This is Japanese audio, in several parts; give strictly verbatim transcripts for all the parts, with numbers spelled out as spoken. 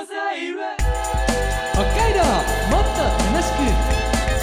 北海道もっと楽しく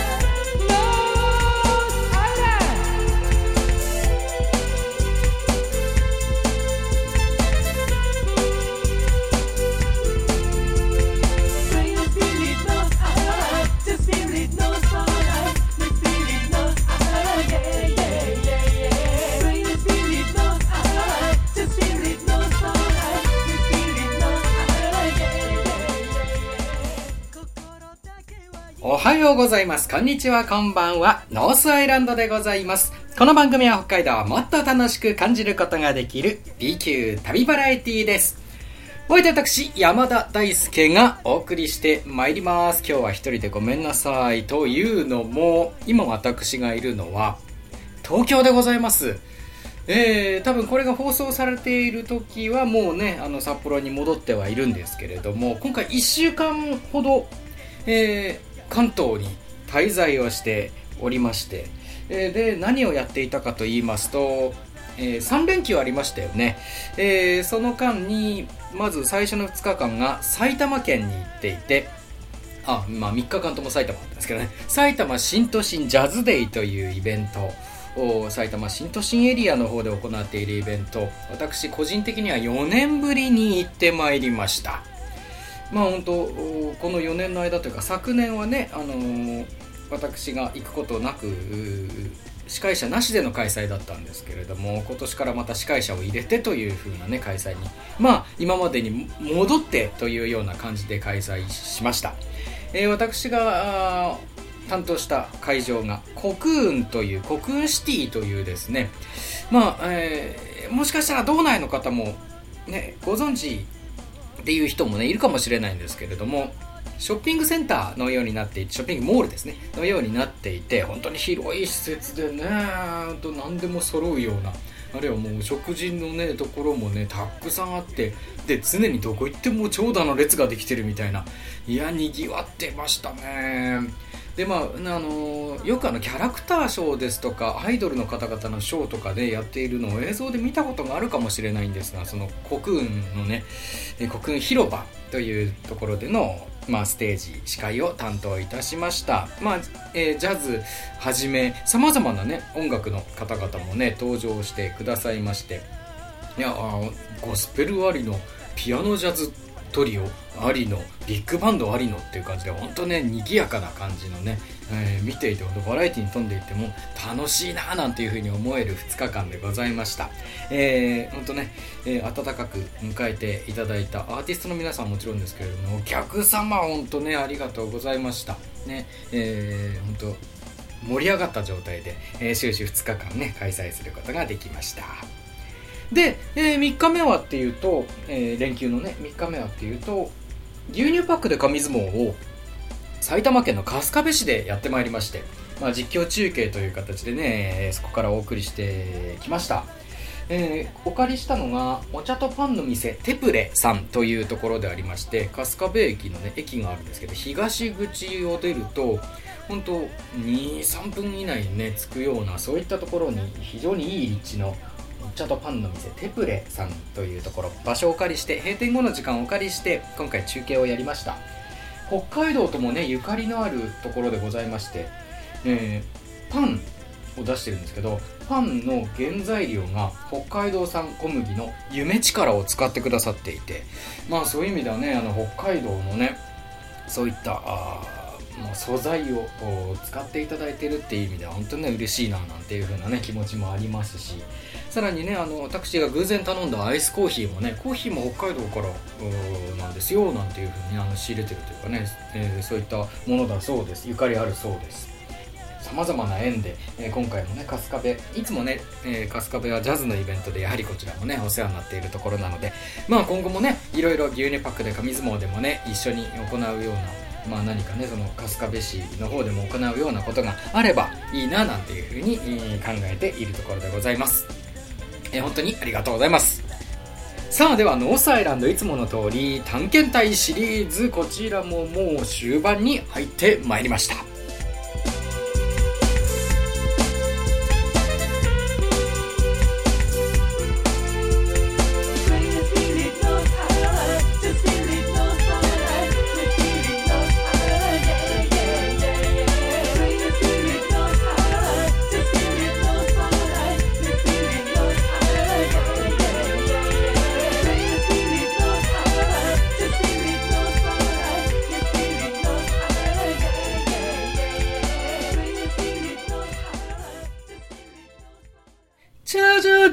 おはようございます。こんにちは、こんばんは。ノースアイランドでございます。この番組は北海道をもっと楽しく感じることができる B 級旅バラエティです。お相手私、山田大輔がお送りしてまいります。今日は一人でごめんなさい。というのも、今私がいるのは東京でございます。えー、多分これが放送されている時はもうね、あの札幌に戻ってはいるんですけれども、今回いっしゅうかんほど、えー関東に滞在をしておりまして、えー、で何をやっていたかと言いますと、えー、さん連休ありましたよね、えー、その間にまず最初のふつかかんが埼玉県に行っていて、あ、まあみっかかんとも埼玉だったんですけどね、埼玉新都心ジャズデイというイベント、埼玉新都心エリアの方で行っているイベント、私個人的にはよねんぶりに行ってまいりました。まあ本当このよねんの間というか、昨年はね、あのー、私が行くことなく司会者なしでの開催だったんですけれども、今年からまた司会者を入れてという風なね開催に、まあ今までに戻ってというような感じで開催しました。えー、私が担当した会場がコクーンというコクーンシティというですね、まあ、えー、もしかしたら道内の方もねご存知っていう人もねいるかもしれないんですけれども、ショッピングセンターのようになっていて、ショッピングモールですねのようになっていて、本当に広い施設でね、と何でも揃うような、あるいはもう食事のねところもねたくさんあって、で常にどこ行っても長蛇の列ができてるみたいな、いや賑わってましたね。でまあ、あのよくあのキャラクターショーですとかアイドルの方々のショーとかでやっているのを映像で見たことがあるかもしれないんですが、そのコクーンのねコクーン広場というところでの、まあ、ステージ司会を担当いたしました。まあえー、ジャズはじめさまざまなね音楽の方々もね登場してくださいまして、いやあゴスペルありのピアノジャズトリオありのビッグバンドありのっていう感じで、本当ね賑やかな感じのね、えー、見ていてバラエティに富んでいても楽しいななんていう風に思えるふつかかんでございました。えー、本当ね、えー、温かく迎えていただいたアーティストの皆さんもちろんですけれども、お客様本当ねありがとうございましたね。えー、本当盛り上がった状態で、えー、終始ふつかかんね開催することができました。で、えー、みっかめはっていうと、えー、連休のねみっかめはっていうと、牛乳パックで紙相撲を埼玉県の春日部市でやってまいりまして、まあ、実況中継という形でねそこからお送りしてきました。えー、お借りしたのがお茶とパンの店テプレさんというところでありまして、春日部駅のね駅があるんですけど、東口を出ると本当 にさんぷん以内にね着くような、そういったところに非常にいい立地のお茶とパンの店テプレさんというところ、場所をお借りして閉店後の時間をお借りして今回中継をやりました。北海道ともねゆかりのあるところでございまして、えー、パンを出してるんですけど、パンの原材料が北海道産小麦の夢力を使ってくださっていて、まあそういう意味ではね、あの北海道のねそういったあもう素材を使っていただいているっていう意味では本当にね嬉しいななんていう風なね気持ちもありますし、さらにねあの私が偶然頼んだアイスコーヒーもね、コーヒーも北海道からなんですよなんていう風にあの仕入れてるというかね、えー、そういったものだそうです。ゆかりあるそうです。さまざまな縁で、えー、今回もね春日部、いつもね、えー、春日部はジャズのイベントでやはりこちらもねお世話になっているところなので、まあ今後もねいろいろ牛乳パックで紙相撲でもね一緒に行うような、まあ何かねその春日部市の方でも行うようなことがあればいいななんていうふうに、えー、考えているところでございます。えー、本当にありがとうございます。さあではノースアイランドいつもの通り探検隊シリーズ、こちらももう終盤に入ってまいりました。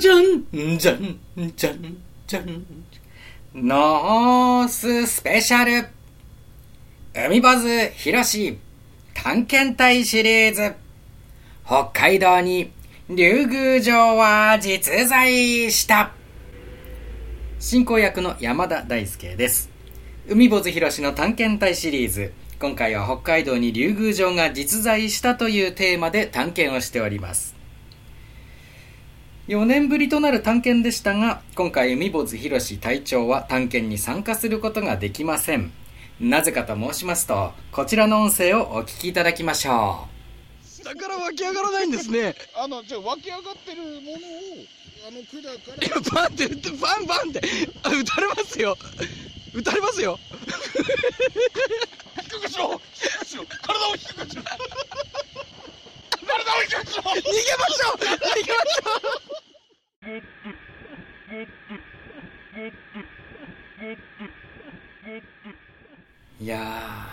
じゃんじゃんじゃんじゃん。ノーススペシャル海坊主ひろし探検隊シリーズ。北海道に竜宮城は実在した。進行役の山田大輔です。海坊主ひろしの探検隊シリーズ、今回は北海道に竜宮城が実在したというテーマで探検をしております。よねんぶりとなる探検でしたが、今回海坊主ひろし隊長は探検に参加することができません。なぜかと申しますと、こちらの音声をお聞きいただきましょう。 だから湧き上がらないんですね。 あのじゃあ湧き上がってるものをあの管からいやバンってバンバンってあ撃たれますよ。撃たれますよ。 低くしろ低くしろ体を低くしろ体を低くしろ逃げましょう逃げましょいや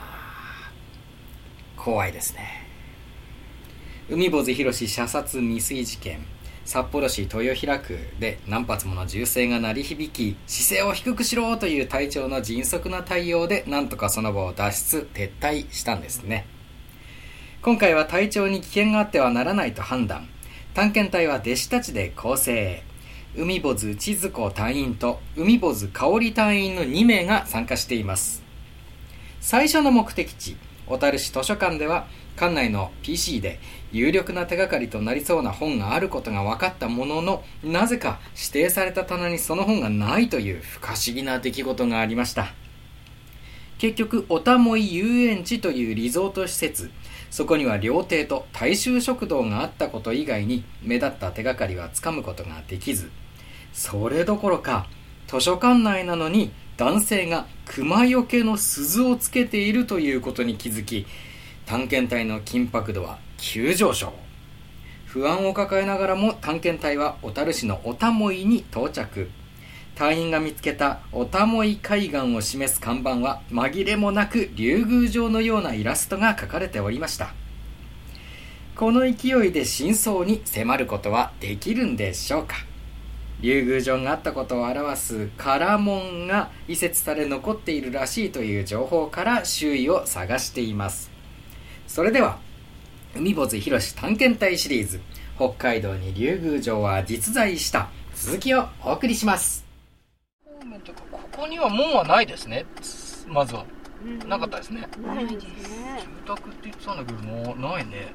ー、怖いですね。海坊主ひろし射殺未遂事件、札幌市豊平区で何発もの銃声が鳴り響き、姿勢を低くしろという隊長の迅速な対応でなんとかその場を脱出撤退したんですね。今回は隊長に危険があってはならないと判断。探検隊は弟子たちで構成。海坊主千鶴子隊員と海坊主香織隊員のにめいが参加しています。最初の目的地、小樽市図書館では館内の ピーシー で有力な手がかりとなりそうな本があることが分かったものの、なぜか指定された棚にその本がないという不可思議な出来事がありました。結局おたもい遊園地というリゾート施設、そこには料亭と大衆食堂があったこと以外に目立った手がかりはつかむことができず、それどころか図書館内なのに男性が熊よけの鈴をつけているということに気づき、探検隊の緊迫度は急上昇。不安を抱えながらも探検隊は小樽市のおたもいに到着。隊員が見つけたおたもい海岸を示す看板は紛れもなく竜宮城のようなイラストが描かれておりました。この勢いで真相に迫ることはできるんでしょうか。竜宮城があったことを表す唐門が移設され残っているらしいという情報から周囲を探しています。それでは海坊主ひろし探検隊シリーズ、北海道に竜宮城は実在した、続きをお送りします。ここには門はないですね。まずはなかったですね。 ないですね。 住宅って言ってたんだけどもうないね。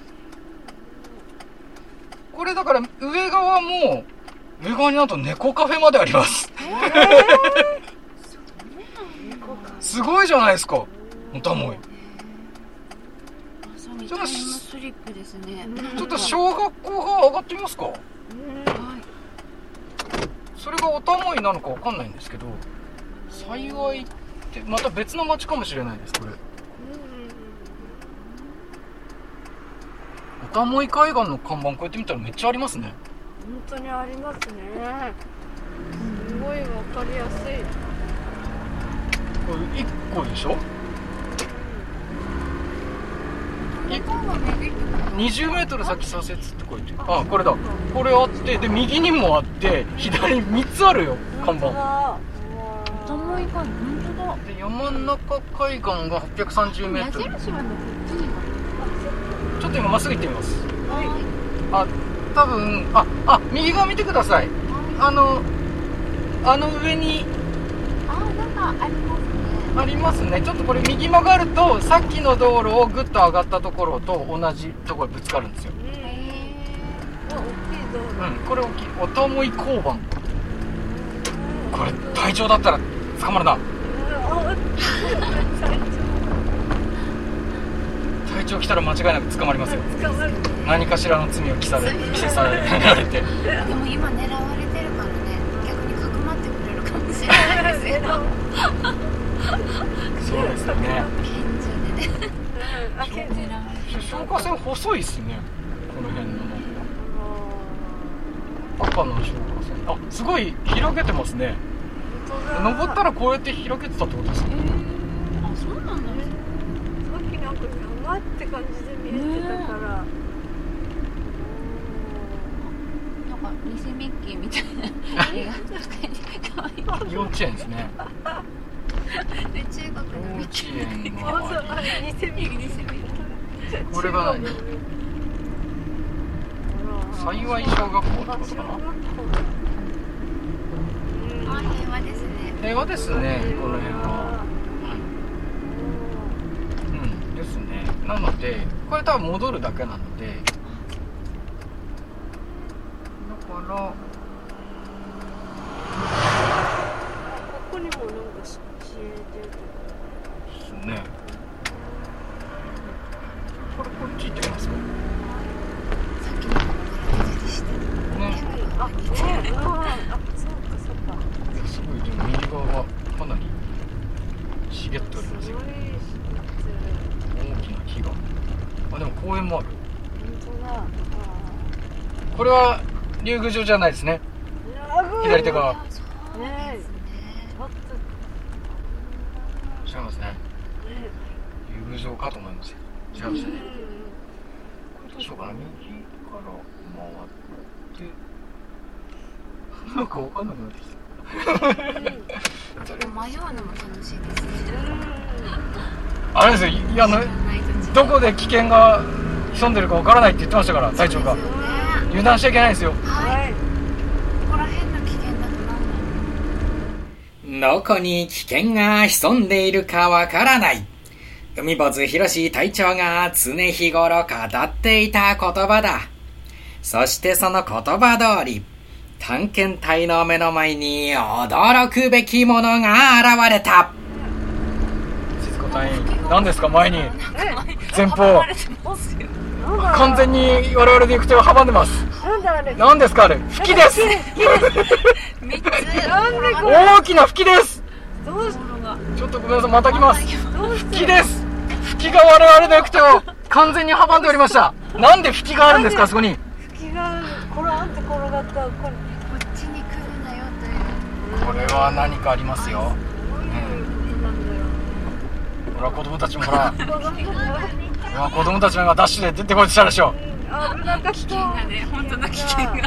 これだから上側も上側になんと猫カフェまであります。すごいじゃないですか。おたもい。 ちょっとスリップですね。 ちょっと小学校が上がってみますか。はい。それがおたもいなのかわかんないんですけど、幸いってまた別の町かもしれないです。これおたもい海岸の看板こうやって見たらめっちゃありますね。 本当にありますね。すごいわかりやすい。 これいっこでしょ。にじゅうメートル先左折って書いてる。あ、これだ。これあって、で右にもあって左にみっつあるよ看板。 おたもい海岸、本当だ。 で山中海岸がはっぴゃくさんじゅうメートル。 矢印はね、こっちには。 ちょっと今まっすぐ行ってみます。 はあ、多分ああ右側見てください。あのあの上にあ、なんかありますね。 ありますね。ちょっとこれ右曲がるとさっきの道路をぐっと上がったところと同じところにぶつかるんですよ。 へー。大きい道路。 うん、これ大きい。おたもい交番。これ隊長だったら捕まるな。隊長来たら間違いなく捕まりますよ。何かしらの罪を着され着せされられて。 でも今狙われてるからね、逆にかくまってくれるかもしれないですよ。 そうですね。 賢者でね。 消火栓細いですね。この辺の赤の消火栓。あ、すごい開けてますね。登ったらこうやって開けてたってことですか。 えー、あ、そうなんだ。さっきなんか山って感じで見えてたから、 なんかか偽ミッキーみたいな絵がかわいい。 幼稚園ですね。 で中国の幼稚ミッキー。 園があり、 偽ミッキーこれが何？幸い小学校ってことかな。 あ、平和ですね。 平和ですね、この辺は。うんですね。なのでこれ多分戻るだけなので、だからここにもなんか知恵出てですね。これこっち行ってみますか。 さっきの子から出たりして。 ね。 あ、ね、あ、そうかそうか。 すごい、でも右側はかなり茂っておりますよ。大きな木が。あ、でも公園もある。 本当だ。 これは竜宮城じゃないですね。左手側。 そうですね。 違いますね。竜宮城かと思いますよ。違いますね。これどうしようかな。右から回って。なんかわかんなくなってきた。 ちょっと迷うのも楽しいですね。 あれですよ、いや、あのどこで危険が潜んでるかわからないって言ってましたから、隊長が。油断しちゃいけないですよ。 はい。ここら辺の危険だと何なの？ どこに危険が潜んでいるかわからない。海坊主博士隊長が常日頃語っていた言葉だ。そしてその言葉通り、探検隊の目の前に驚くべきものが現れた。静子隊員、何ですか？前に前方完全に我々で行く手を阻んでます。 なんだあれ。 何ですかあれ？吹きです。 三つ。 大きな吹きです。 どうしちょっとごめんなさい、また来ます。吹きです。吹きが我々の行く手を完全に阻んでおりました。なんで吹きがあるんですか？そこに吹きがこれあんて転がったこれ。 こっちに来るなよという。 これは何かありますよ。ほら子供たちもほら今子供たちがダッシュで出てこいとしたでしょ。 危なかった。 危険がね、本当の危険が。 子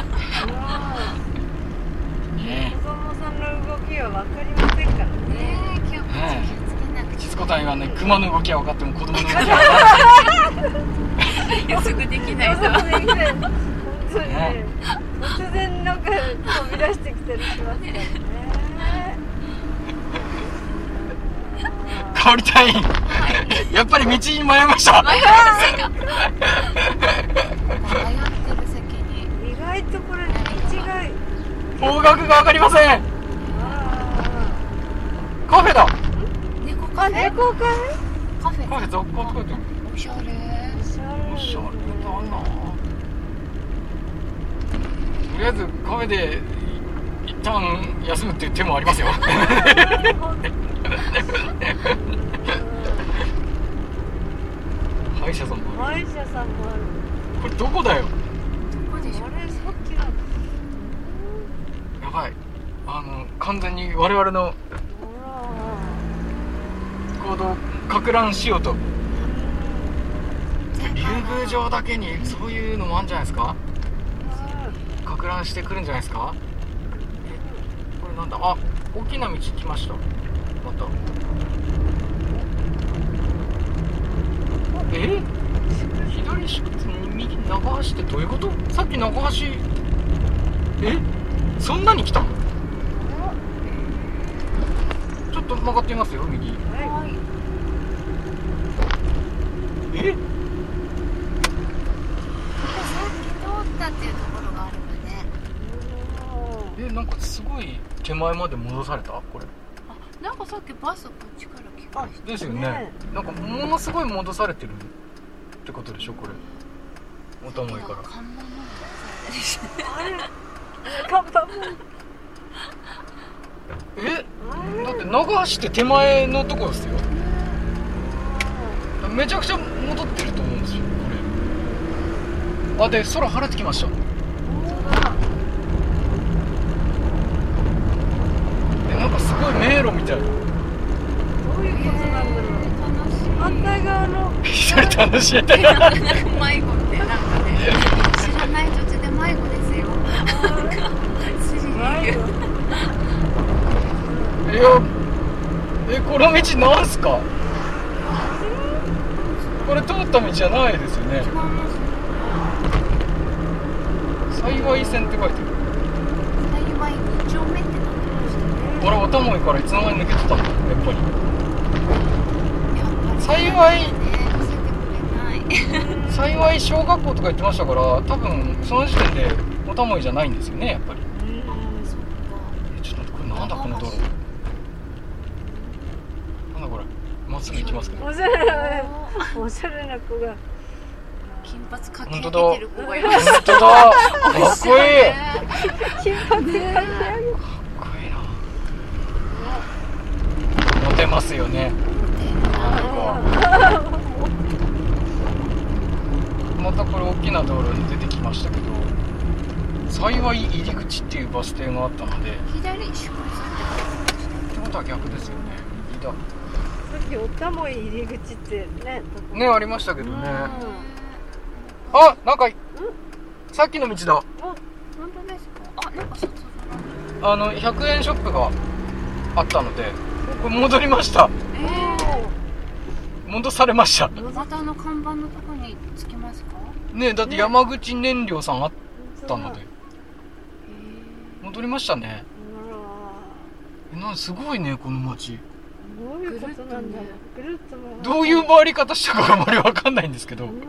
供さんの動きは分かりませんからね。 ねえ、今日も気をつけなくち静子隊はね、熊の動きは分かっても子供の動きは分からない。 ゃ予測できないぞ。 本当にね、突然なんか飛び出してきたりしますからね。 香織隊員、やっぱり道に迷いました。 迷ってる先に。 意外とこれ道が方角が分かりません。カフェだ。 猫カフェ？ 猫カフェ？ カフェ。 カフェ雑貨作ってる。 おしゃれ。 おしゃれだな。とりあえずカフェで一旦休むっていう手もありますよ。歯医者さんもある。 歯医者さんもある。 これどこだよ。 どこでしょう？ あれさっきのやばい。あの完全に我々の行動をか乱しようと。竜宮城だけにそういうのもあるんじゃないですか。か乱してくるんじゃないですか。え、これなんだ。あ、大きな道来ました。また。え、左出発に右長橋ってどういうこと？さっき長橋、え、そんなに来たの？ちょっと曲がってみますよ、右。え、 通ったっていうところがあるんだね。 え、なんかすごい手前まで戻された？これ。 あ、なんかさっきバスこっちから来ました。 ですよね。 ね、 なんかものすごい戻されてるってことでしょ、これ。おたまいから。 看板まで出されたりして。 看板も。 え、だって長橋って手前のとこですよ。めちゃくちゃ戻ってると思うんですよ、これ。あ、で空晴れてきました。え、なんかすごい迷路みたいな。 どういうことなんだろう。反対側の一人楽しい。 迷子ってなんかね、知らない土地で迷子ですよ。 いやえこの道なんすか。これ通った道じゃないですよね。幸い線って書いてる。 幸いに丁目ってなってましたね。 俺おたもいからいつの間に抜けてたんだやっぱり。幸い幸い小学校とか行ってましたから多分その時点でおたもいじゃないんですよねやっぱり。えちょっと待ってこれなんだこの道路。なんだこれまっすぐ行きますけど。 おしゃれなおしゃれな子が金髪かき上げてる子がいま本す。 当だかっこいい。 金髪でかき上げてかっこいいな。モテますよね。なんかまたこれ大きな道路に出てきましたけど、幸い入り口っていうバス停があったので、 左に出発ってことは逆ですよね。右だ。 さっきおたもい入り口ってねねありましたけどね。あなんかさっきの道だ。 本当ですか。あなんかそあのひゃくえんショップがあったのでこれ戻りました。 えー戻されました。 またあの看板のとこに着きますか。 ねだって山口燃料さんあったので戻りましたね。えなんすごいねこの街。 どういうことなんだろう。ぐるっと回るどういう回り方したかあまり分かんないんですけど、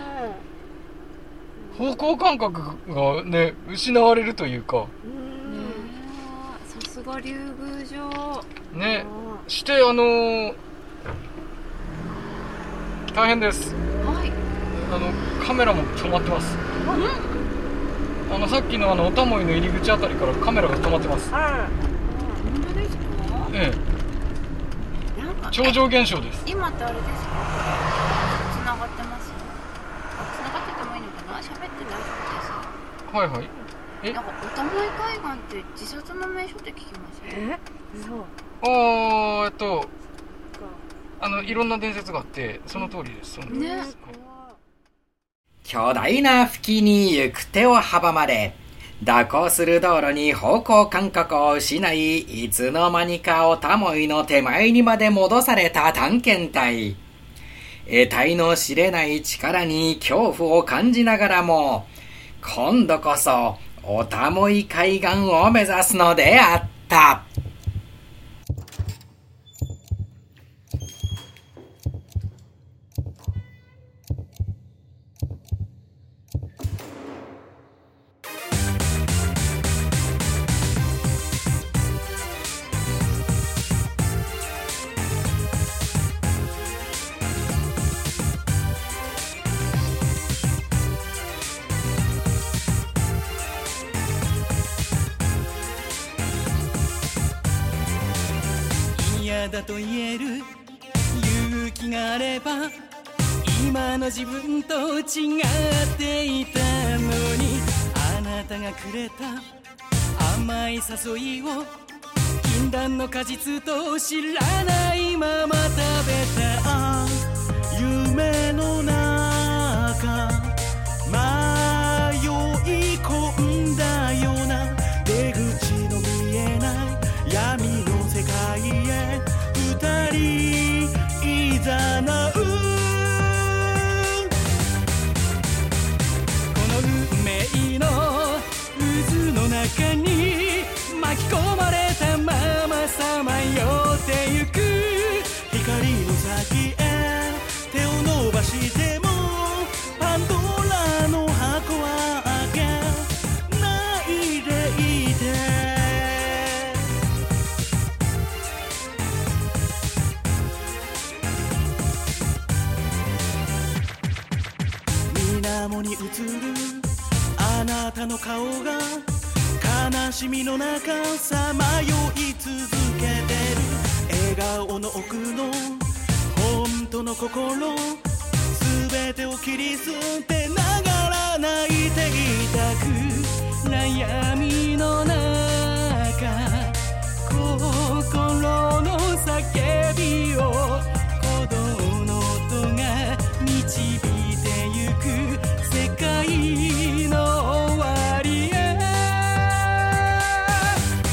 方向感覚がね失われるというかさすが竜宮城ねしてあのー、大変です。 はいあのカメラも止まってます。あのさっきのあのおたもいの入り口あたりからカメラが止まってます。 あ本当ですか。 ええなんか超常現象です。 今ってあれですか。つながってます。つながっててもいいのかな。喋って大丈夫です。 はいはいえなんかおたもい海岸って自殺の名所って聞きますよ。 えそうあーえっとあのいろんな伝説があってその通りです。その通りです、 ねはい巨大な吹きに行く手を阻まれ蛇行する道路に方向感覚を失いいつの間にかおたもいの手前にまで戻された探検隊。得体の知れない力に恐怖を感じながらも今度こそおたもい海岸を目指すのであった。 嫌だと言える勇気があれば今の自分と違っていたのにあなたがくれた甘い誘いを禁断の果実と知らないまま食べた夢の中迷い込んだような出口の見えない闇の世界へ二人いざなうこの運命の渦の中に巻き込まれたままさまよってゆく光の先へ手を伸ばしてもパンドラの箱は開けないでいて水面に映るあなたの顔が悲しみの中さまよい続けてる笑顔の奥の本当の心全てを切り捨てながら泣いていたく悩みの中心の叫びを鼓動の音が導いてゆく世界の終わりへ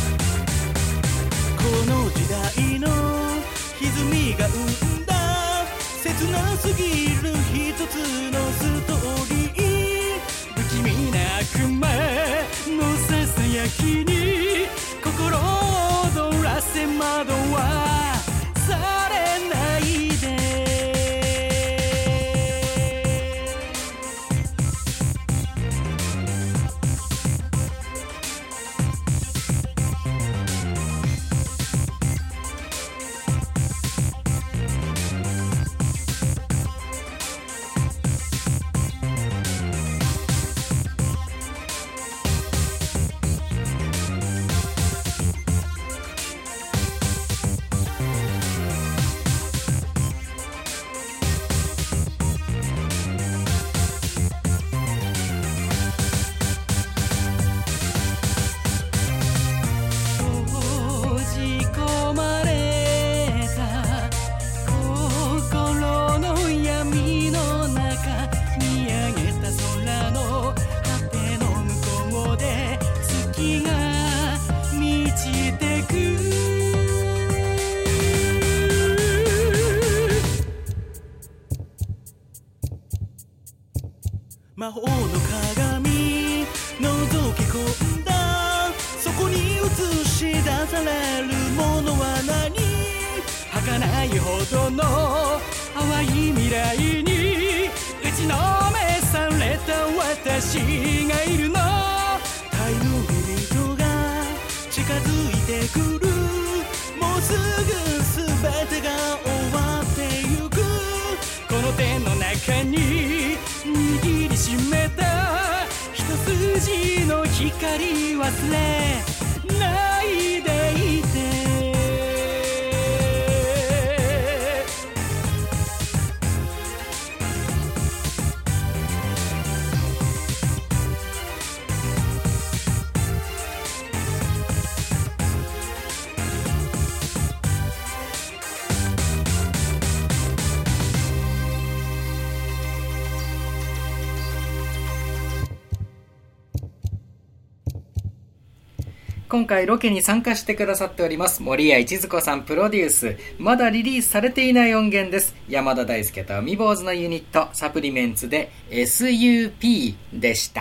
歪みが生んだ切なすぎる一つのストーリー不気味な悪魔のささやきに心を躍らせ惑わされないで魔法の鏡覗き込んだそこに映し出されるものは何儚いほどの淡い未来に打ちのめされた私がいるのタイムリミットが近づいてくるもうすぐ全てが終わってゆくこの手の中に握りしめた一筋の光忘れないでいて今回ロケに参加してくださっております森谷一津子さんプロデュース、まだリリースされていない音源です。山田大輔と海坊主のユニットサプリメンツで エスユーピー でした。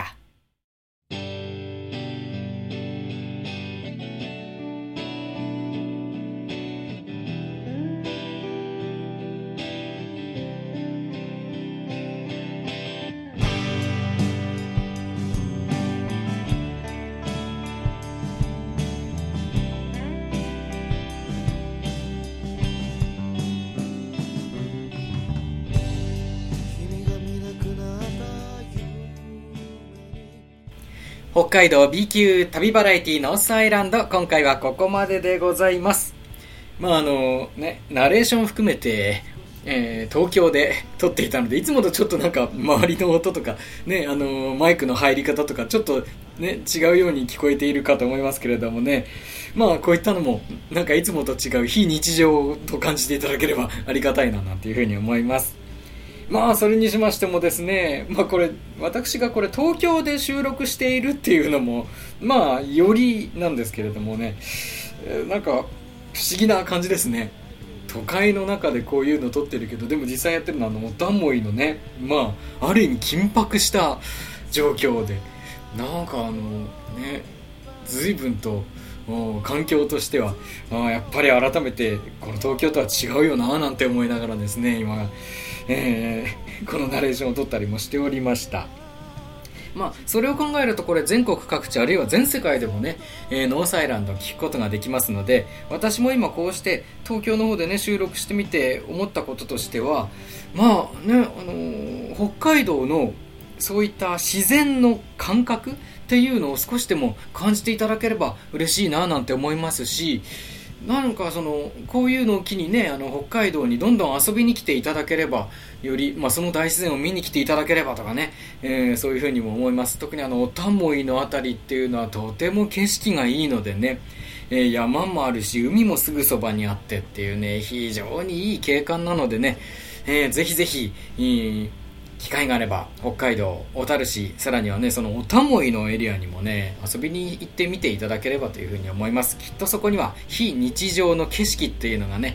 北海道 B 級旅バラエティノースアイランド、今回はここまででございます。まああのね、ナレーション含めて、えー、東京で撮っていたのでいつもとちょっとなんか周りの音とかね、あのマイクの入り方とかちょっとね違うように聞こえているかと思いますけれどもね、まあこういったのもなんかいつもと違う非日常と感じていただければありがたいななんていうふうに思います。まあそれにしましてもですね、まあこれ私がこれ東京で収録しているっていうのもまあよりなんですけれどもね、なんか不思議な感じですね。都会の中でこういうの撮ってるけど、でも実際やってるのはあのおたもいのね、まあある意味緊迫した状況で、なんかあのね随分と環境としてはあやっぱり改めてこの東京とは違うよななんて思いながらですね、今、えー、このナレーションを撮ったりもしておりました。まあそれを考えるとこれ全国各地あるいは全世界でもね、えー、ノースアイランドを聞くことができますので、私も今こうして東京の方でね収録してみて思ったこととしては、まあね、あのー、北海道のそういった自然の感覚っていうのを少しでも感じていただければ嬉しいななんて思いますし、なんかそのこういうのを機にね、あの北海道にどんどん遊びに来ていただければ、より、まあ、その大自然を見に来ていただければとかね、えー、そういうふうにも思います。特にあのおたもいのあたりっていうのはとても景色がいいのでね、えー、山もあるし海もすぐそばにあってっていうね、非常にいい景観なのでね、えー、ぜひぜひ、えー機会があれば北海道小樽市、さらにはねそのおたもいのエリアにもね遊びに行ってみていただければというふうに思います。きっとそこには非日常の景色っていうのがね、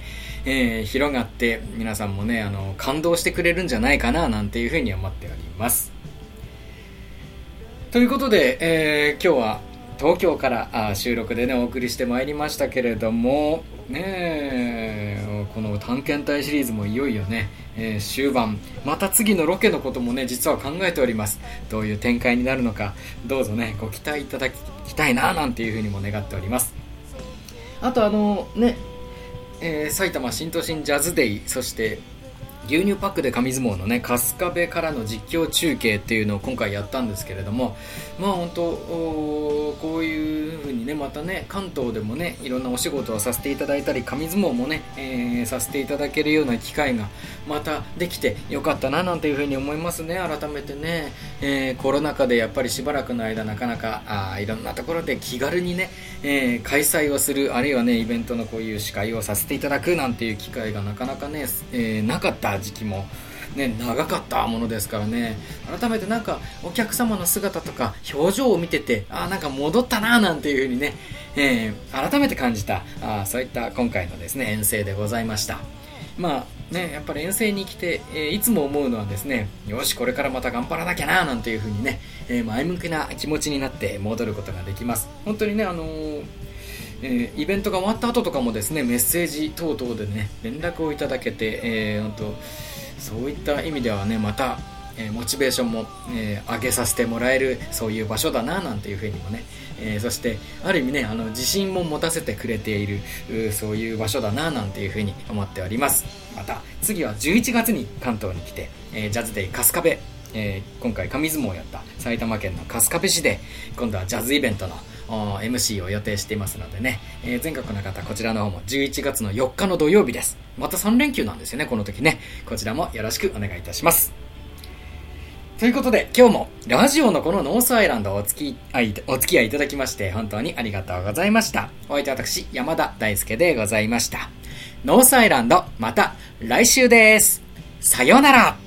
えー、広がって皆さんもねあの感動してくれるんじゃないかななんていうふうに思っております。ということで、えー、今日は東京からあ収録でねお送りしてまいりましたけれどもね、この探検隊シリーズもいよいよね、えー、終盤、また次のロケのこともね実は考えております。どういう展開になるのかどうぞねご期待いただきたいななんていうふうにも願っております。あとあのね、えー、埼玉新都心ジャズデイ、そして牛乳パックで紙相撲のね春日部からの実況中継っていうのを今回やったんですけれども、まあ本当こういう風にねまたね関東でもねいろんなお仕事をさせていただいたり紙相撲もね、えー、させていただけるような機会がまたできてよかったななんていう風に思いますね。改めてね、えー、コロナ禍でやっぱりしばらくの間なかなかあいろんなところで気軽にね、えー、開催をする、あるいはねイベントのこういう司会をさせていただくなんていう機会がなかなかね、えー、なかった時期もね長かったものですからね、改めてなんかお客様の姿とか表情を見ててあなんか戻ったななんていう風にね、えー、改めて感じたあそういった今回のですね遠征でございました。まあねやっぱり遠征に来て、えー、いつも思うのはですね、よしこれからまた頑張らなきゃななんていう風にね、えー、前向きな気持ちになって戻ることができます。本当にねあのーえー、イベントが終わった後とかもですねメッセージ等々でね連絡をいただけて、えー、本当そういった意味ではねまた、えー、モチベーションも、えー、上げさせてもらえるそういう場所だななんていうふうにもね、えー、そしてある意味ねあの自信も持たせてくれているそういう場所だななんていうふうに思っております。また次はじゅういちがつに関東に来て、えー、ジャズデイ春日部、えー、今回紙相撲をやった埼玉県の春日部市で今度はジャズイベントのエムシー を予定していますのでね、えー、全国の方こちらの方もじゅういちがつのよっかの土曜日です。またさん連休なんですよねこの時ね。こちらもよろしくお願いいたします。ということで今日もラジオのこのノースアイランドをお付き合いお付き合いいただきまして本当にありがとうございました。お相手は私山田大輔でございました。ノースアイランドまた来週です。さようなら。